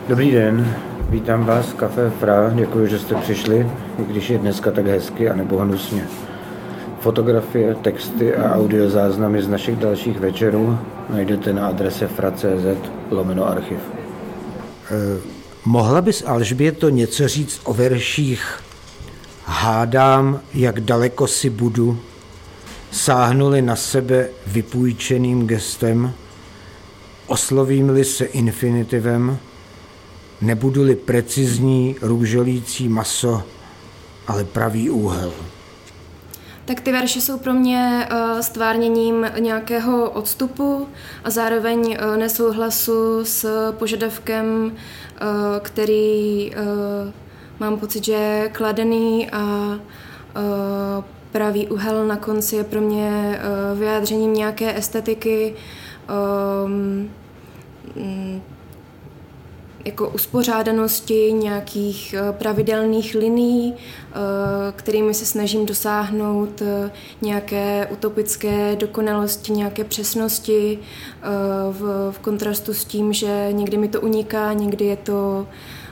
Dobrý den, vítám vás v Café Fra, děkuji, že jste přišli, i když je dneska tak hezky a nebo hnusně. Fotografie, texty a audiozáznamy z našich dalších večerů najdete na adrese fra.cz/archiv. Mohla bys, Alžběto, něco říct o verších Hádám, jak daleko si budu, sáhnuli na sebe vypůjčeným gestem, oslovím-li se infinitivem, nebudu-li precizní růžolící maso, ale pravý úhel. Tak ty verše jsou pro mě stvárněním nějakého odstupu a zároveň nesouhlasu s požadavkem, který mám pocit, že je kladený, a pravý úhel na konci je pro mě vyjádřením nějaké estetiky, jako uspořádanosti, nějakých pravidelných linií, kterými se snažím dosáhnout nějaké utopické dokonalosti, nějaké přesnosti, v kontrastu s tím, že někdy mi to uniká, někdy je to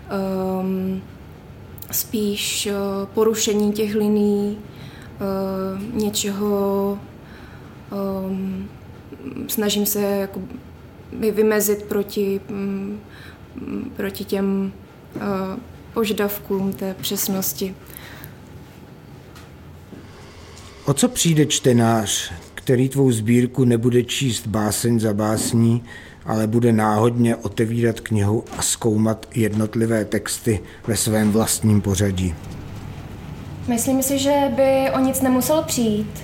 spíš porušení těch linií, něčeho, snažím se jako vymezit proti těm požadavkům té přesnosti. O co přijde čtenář, který tvou sbírku nebude číst báseň za básní, ale bude náhodně otevírat knihu a zkoumat jednotlivé texty ve svém vlastním pořadí? Myslím si, že by o nic nemuselo přijít,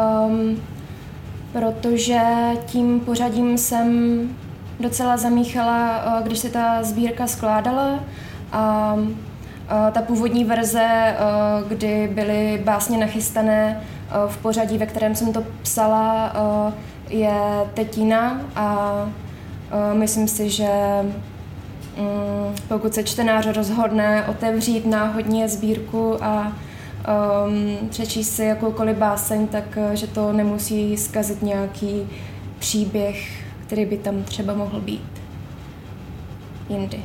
protože tím pořadím jsem docela zamíchala, když se ta sbírka skládala. A ta původní verze, kdy byly básně nachystané v pořadí, ve kterém jsem to psala, je teď jiná, a myslím si, že pokud se čtenář rozhodne otevřít náhodně sbírku a přečíst si jakoukoliv báseň, tak že to nemusí zkazit nějaký příběh, který by tam třeba mohl být jindy.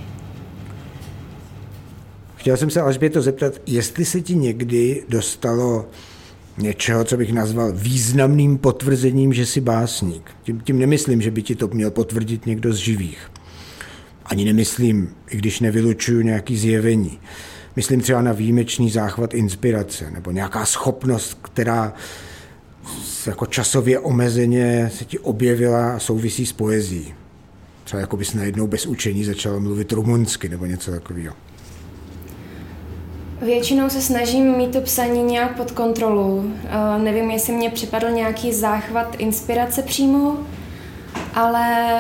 Chtěl jsem se, Alžběto, zeptat, jestli se ti někdy dostalo něčeho, co bych nazval významným potvrzením, že jsi básník. Tím nemyslím, že by ti to měl potvrdit někdo z živých. Ani nemyslím, i když nevylučuju nějaký zjevení. Myslím třeba na výjimečný záchvat inspirace, nebo nějaká schopnost, která jako časově omezeně se ti objevila a souvisí s poezií. Třeba jako bys najednou bez učení začala mluvit rumunsky nebo něco takového. Většinou se snažím mít to psaní nějak pod kontrolou. Nevím, jestli mě připadl nějaký záchvat inspirace přímo, ale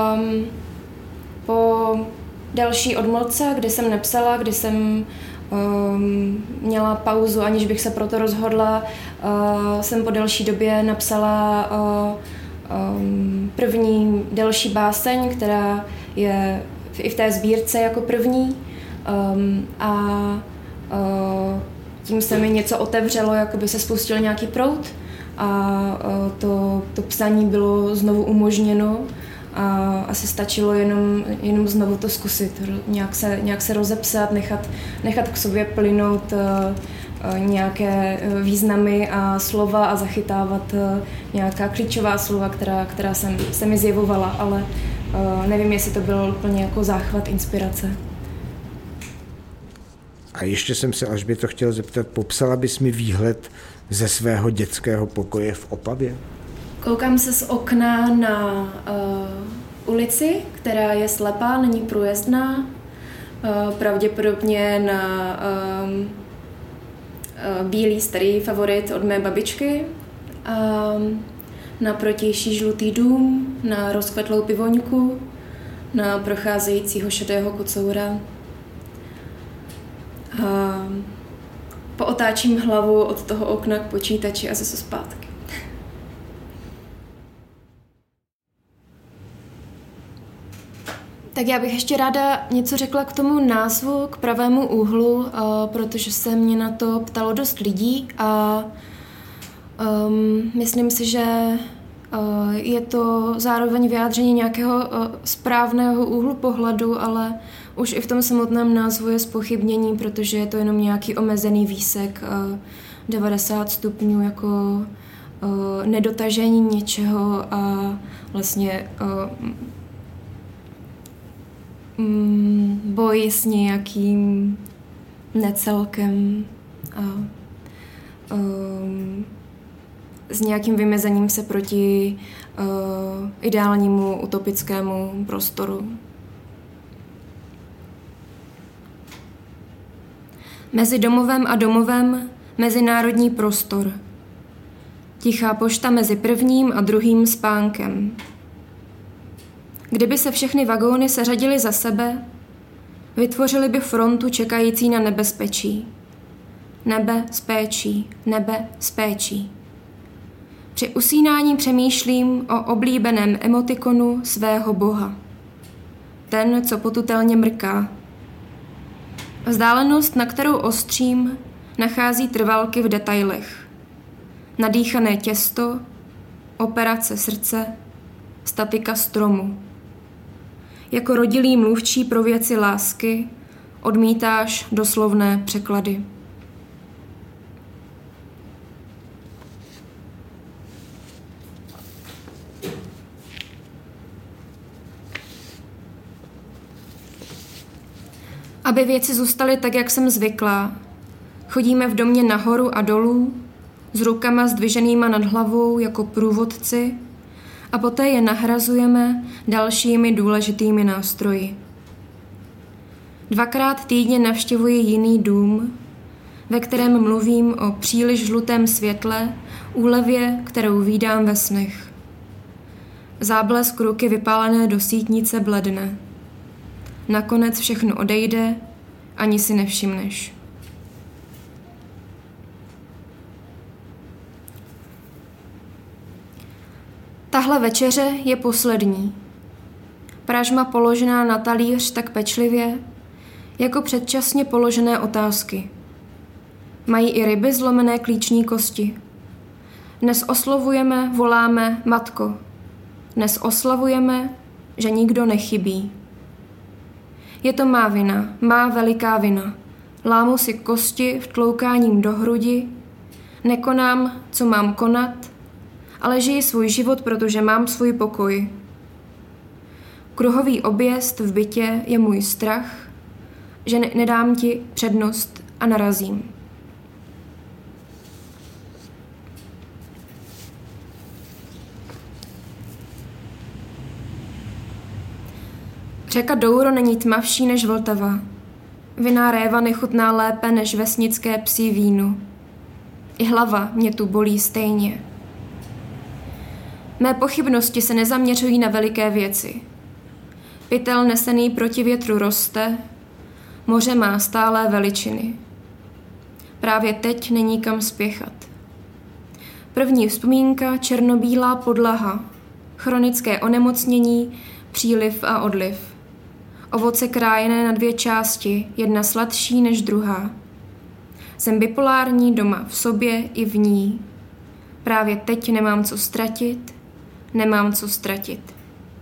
po delší odmlce, kdy jsem nepsala, kdy jsem měla pauzu, aniž bych se proto rozhodla, jsem po delší době napsala první delší báseň, která je i v té sbírce jako první, a tím se mi něco otevřelo, jako by se spustil nějaký proud, a to psaní bylo znovu umožněno a asi stačilo jenom znovu to zkusit, nějak se rozepsat, nechat k sobě plynout nějaké významy a slova a zachytávat nějaká klíčová slova, která se mi zjevovala, ale nevím, jestli to byl úplně jako záchvat inspirace. A ještě jsem se, Alžběto, chtěl zeptat, popsala bys mi výhled ze svého dětského pokoje v Opavě? Koukám se z okna na ulici, která je slepá, není průjezdná, pravděpodobně na bílý starý favorit od mé babičky, na protější žlutý dům, na rozkvetlou pivoňku, na procházejícího šedého kocoura. Pootáčím hlavu od toho okna k počítači a zase zpátky. Tak já bych ještě ráda něco řekla k tomu názvu, k pravému úhlu, protože se mě na to ptalo dost lidí a myslím si, že Je to zároveň vyjádření nějakého správného úhlu pohledu, ale už i v tom samotném názvu je zpochybnění, protože je to jenom nějaký omezený výsek 90 stupňů jako nedotažení něčeho a vlastně boj s nějakým necelkem a s nějakým vymezením se proti ideálnímu utopickému prostoru. Mezi domovem a domovem mezinárodní prostor. Tichá pošta mezi prvním a druhým spánkem. Kdyby se všechny vagóny seřadily za sebe, vytvořili by frontu čekající na nebezpečí. Nebe s péčí, nebe s péčí. Při usínání přemýšlím o oblíbeném emotikonu svého boha. Ten, co potutelně mrká. Vzdálenost, na kterou ostřím, nachází trvalky v detailech. Nadýchané těsto, operace srdce, statika stromu. Jako rodilý mluvčí pro věci lásky odmítáš doslovné překlady. Aby věci zůstaly tak, jak jsem zvyklá, chodíme v domě nahoru a dolů, s rukama zdviženýma nad hlavou jako průvodci a poté je nahrazujeme dalšími důležitými nástroji. 2krát týdně navštěvuji jiný dům, ve kterém mluvím o příliš žlutém světle, úlevě, kterou vídám ve snech. Záblesk ruky vypálené do sítnice bledne. Nakonec všechno odejde, ani si nevšimneš. Tahle večeře je poslední. Pražma položená na talíř tak pečlivě, jako předčasně položené otázky. Mají i ryby zlomené klíční kosti. Dnes oslovujeme, voláme matko. Dnes oslavujeme, že nikdo nechybí. Je to má vina, má veliká vina. Lámu si kosti vtloukáním do hrudi, nekonám, co mám konat, ale žiji svůj život, protože mám svůj pokoj. Kruhový objezd v bytě je můj strach, že nedám ti přednost a narazím. Řeka Douro není tmavší než Vltava. Vinná réva nechutná lépe než vesnické psí víno. I hlava mě tu bolí stejně. Mé pochybnosti se nezaměřují na veliké věci. Pytel nesený proti větru roste, moře má stálé veličiny. Právě teď není kam spěchat. První vzpomínka černobílá podlaha, chronické onemocnění, příliv a odliv. Ovoce krájené na 2 části, jedna sladší než druhá. Jsem bipolární doma v sobě i v ní. Právě teď nemám co ztratit, nemám co ztratit.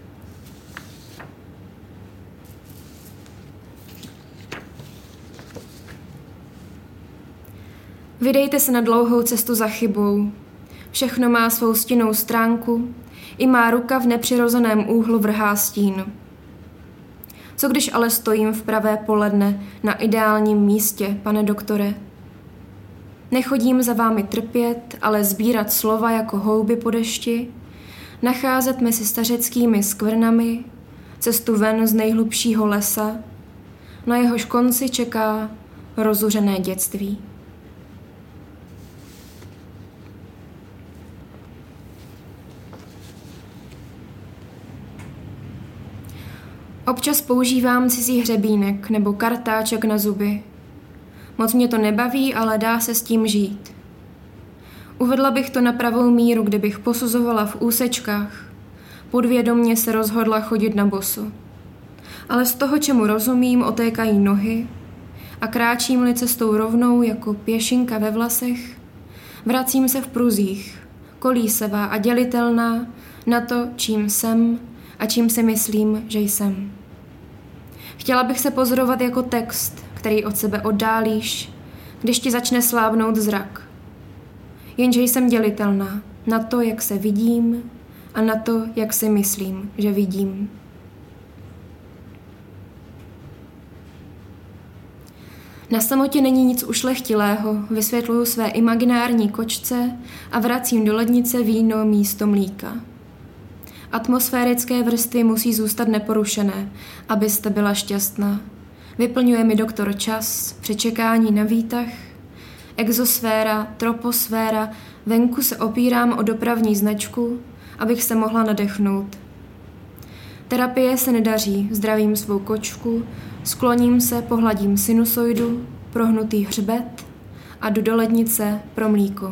Vydejte se na dlouhou cestu za chybou. Všechno má svou stinnou stránku, i má ruka v nepřirozeném úhlu vrhá stín. Co když ale stojím v pravé poledne na ideálním místě, pane doktore? Nechodím za vámi trpět, ale sbírat slova jako houby po dešti, nacházet mezi stařeckými skvrnami cestu ven z nejhlubšího lesa, na jehož konci čeká rozuřené dětství. Občas používám cizí hřebínek nebo kartáček na zuby. Moc mě to nebaví, ale dá se s tím žít. Uvedla bych to na pravou míru, kdybych posuzovala v úsečkách. Podvědomně se rozhodla chodit na boso. Ale z toho, čemu rozumím, otékají nohy a kráčím-li cestou rovnou jako pěšinka ve vlasech, vracím se v pruzích, kolísavá a dělitelná, na to, čím jsem a čím si myslím, že jsem. Chtěla bych se pozorovat jako text, který od sebe oddálíš, když ti začne slábnout zrak. Jenže jsem dělitelná na to, jak se vidím a na to, jak si myslím, že vidím. Na samotě není nic ušlechtilého, vysvětluju své imaginární kočce a vracím do lednice víno místo mlíka. Atmosférické vrstvy musí zůstat neporušené, abyste byla šťastná. Vyplňuje mi doktor čas, při čekání na výtah. Exosféra, troposféra, venku se opírám o dopravní značku, abych se mohla nadechnout. Terapie se nedaří, zdravím svou kočku, skloním se, pohladím sinusoidu, prohnutý hřbet a jdu do lednice pro mlíko.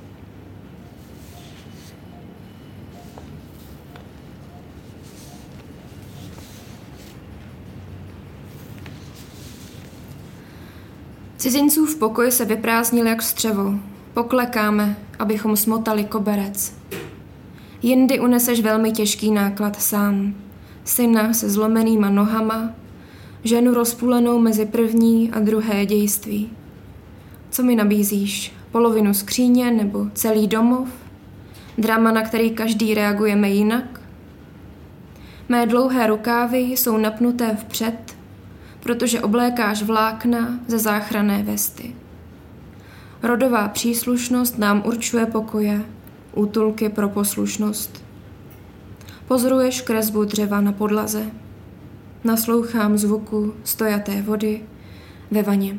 Cizincův pokoj se vyprázdnil jak střevo. Poklekáme, abychom smotali koberec. Jindy uneseš velmi těžký náklad sám. Syna se zlomenýma nohama, ženu rozpůlenou mezi první a druhé dějství. Co mi nabízíš? Polovinu skříně nebo celý domov? Drama, na který každý reagujeme jinak? Mé dlouhé rukávy jsou napnuté vpřed, protože oblékáš vlákna ze záchranné vesty. Rodová příslušnost nám určuje pokoje, útulky pro poslušnost. Pozoruješ kresbu dřeva na podlaze. Naslouchám zvuku stojaté vody ve vaně.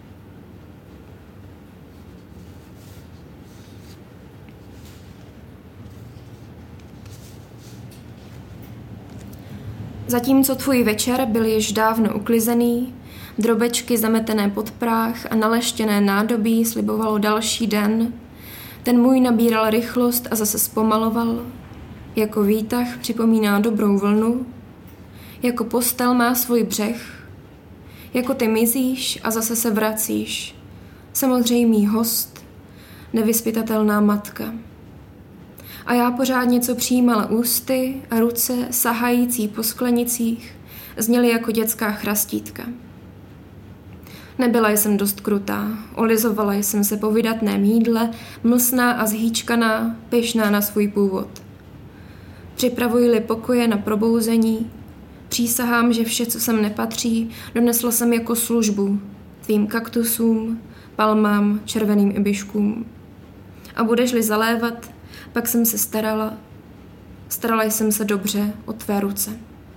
Zatímco tvůj večer byl již dávno uklizený, drobečky zametené pod práh a naleštěné nádobí slibovalo další den, ten můj nabíral rychlost a zase zpomaloval. Jako výtah připomíná dobrou vlnu, jako postel má svůj břeh, jako ty mizíš a zase se vracíš. Samozřejmý host, nevyzpytatelná matka. A já pořád něco přijímala ústy a ruce, sahající po sklenicích, zněly jako dětská chrastítka. Nebyla jsem dost krutá, olizovala jsem se po vydatném jídle, mlsná a zhýčkaná, pyšná na svůj původ. Připravuji-li pokoje na probouzení, přísahám, že vše, co sem nepatří, donesla jsem jako službu tvým kaktusům, palmám, červeným ibiškům. A budeš-li zalévat, pak jsem se starala jsem se dobře o tvé ruce.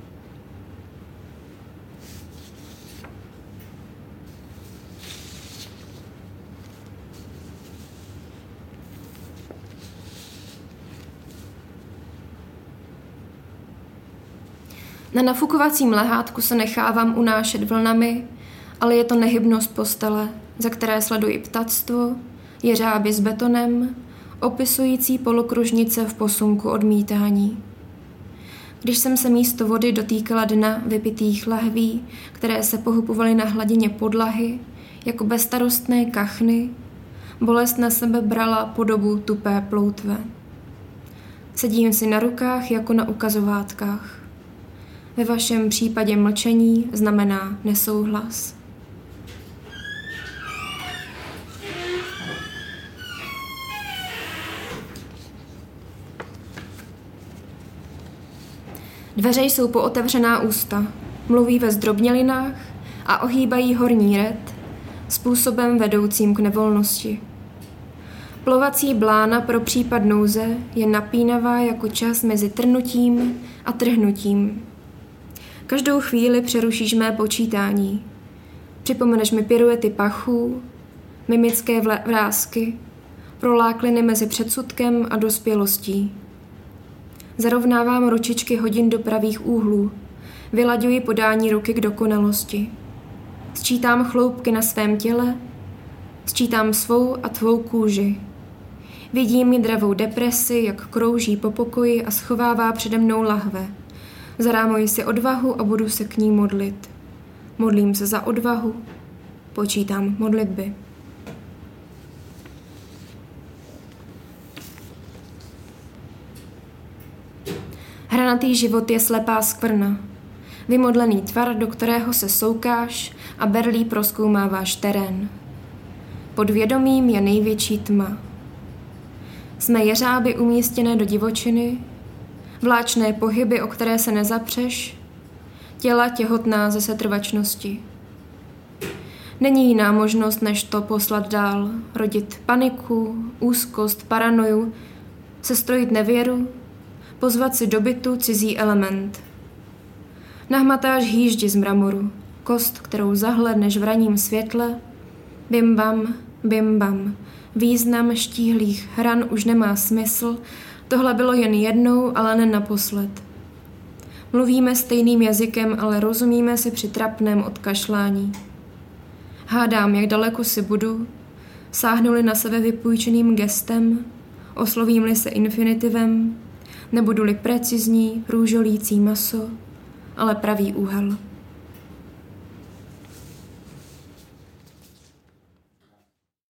Na nafukovacím lehátku se nechávám unášet vlnami, ale je to nehybnost postele, za které sleduji ptactvo, jeřáby s betonem, opisující polokružnice v posunku odmítání. Když jsem se místo vody dotýkala dna vypitých lahví, které se pohybovaly na hladině podlahy, jako bezstarostné kachny, bolest na sebe brala podobu tupé ploutve. Sedím si na rukách jako na ukazovátkách. Ve vašem případě mlčení znamená nesouhlas. Dveře jsou pootevřená ústa, mluví ve zdrobnělinách a ohýbají horní red způsobem vedoucím k nevolnosti. Plovací blána pro případ nouze je napínavá jako čas mezi trnutím a trhnutím. Každou chvíli přerušíš mé počítání. Připomeneš mi piruety pachů, mimické vrásky, prolákliny mezi předsudkem a dospělostí. Zarovnávám ručičky hodin do pravých úhlů, vylaďuji podání ruky k dokonalosti. Sčítám chloupky na svém těle, sčítám svou a tvou kůži. Vidím ji dravou depresi, jak krouží po pokoji a schovává přede mnou lahve. Zarámuji si odvahu a budu se k ní modlit. Modlím se za odvahu, počítám modlitby. Hranatý život je slepá skvrna. Vymodlený tvar, do kterého se soukáš a berlí prozkoumáváš terén. Pod vědomím je největší tma. Jsme jeřáby umístěné do divočiny, vláčné pohyby, o které se nezapřeš, těla těhotná ze setrvačnosti. Není jiná možnost, než to poslat dál, rodit paniku, úzkost, paranoju, sestrojit nevěru, pozvat si do bytu cizí element. Nahmatáš hýždi z mramoru, kost, kterou zahledneš v ranním světle, bim bam, význam štíhlých hran už nemá smysl, tohle bylo jen jednou, ale ne naposled. Mluvíme stejným jazykem, ale rozumíme si při trapném odkašlání. Hádám, jak daleko si budu, sáhnu-li na sebe vypůjčeným gestem, oslovím-li se infinitivem, nebudu-li precizní, růžolící maso, ale pravý úhel.